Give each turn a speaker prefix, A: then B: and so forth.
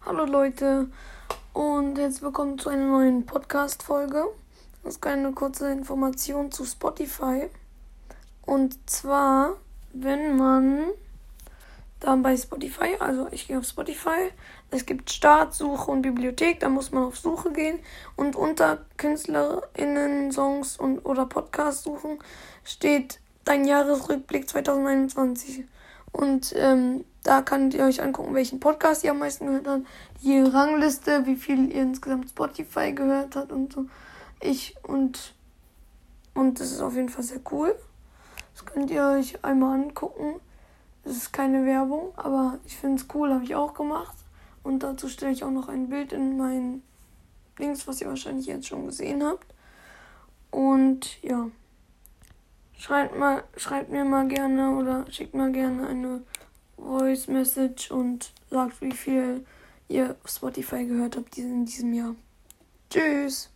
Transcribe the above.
A: Hallo Leute und herzlich willkommen zu einer neuen Podcast-Folge. Das ist eine kurze Information zu Spotify. Und zwar, wenn man dann bei Spotify, also ich gehe auf Spotify, es gibt Start, Suche und Bibliothek, da muss man auf Suche gehen und unter KünstlerInnen, Songs oder Podcast suchen steht dein Jahresrückblick 2021. Und da könnt ihr euch angucken, welchen Podcast ihr am meisten gehört habt, die Rangliste, wie viel ihr insgesamt Spotify gehört habt und so. Und das ist auf jeden Fall sehr cool. Das könnt ihr euch einmal angucken. Das ist keine Werbung, aber ich finde es cool, habe ich auch gemacht. Und dazu stelle ich auch noch ein Bild in mein Links, was ihr wahrscheinlich jetzt schon gesehen habt. Und ja, schreibt mir mal gerne oder schickt mal gerne eine Voice Message und sagt, wie viel ihr auf Spotify gehört habt in diesem Jahr. Tschüss!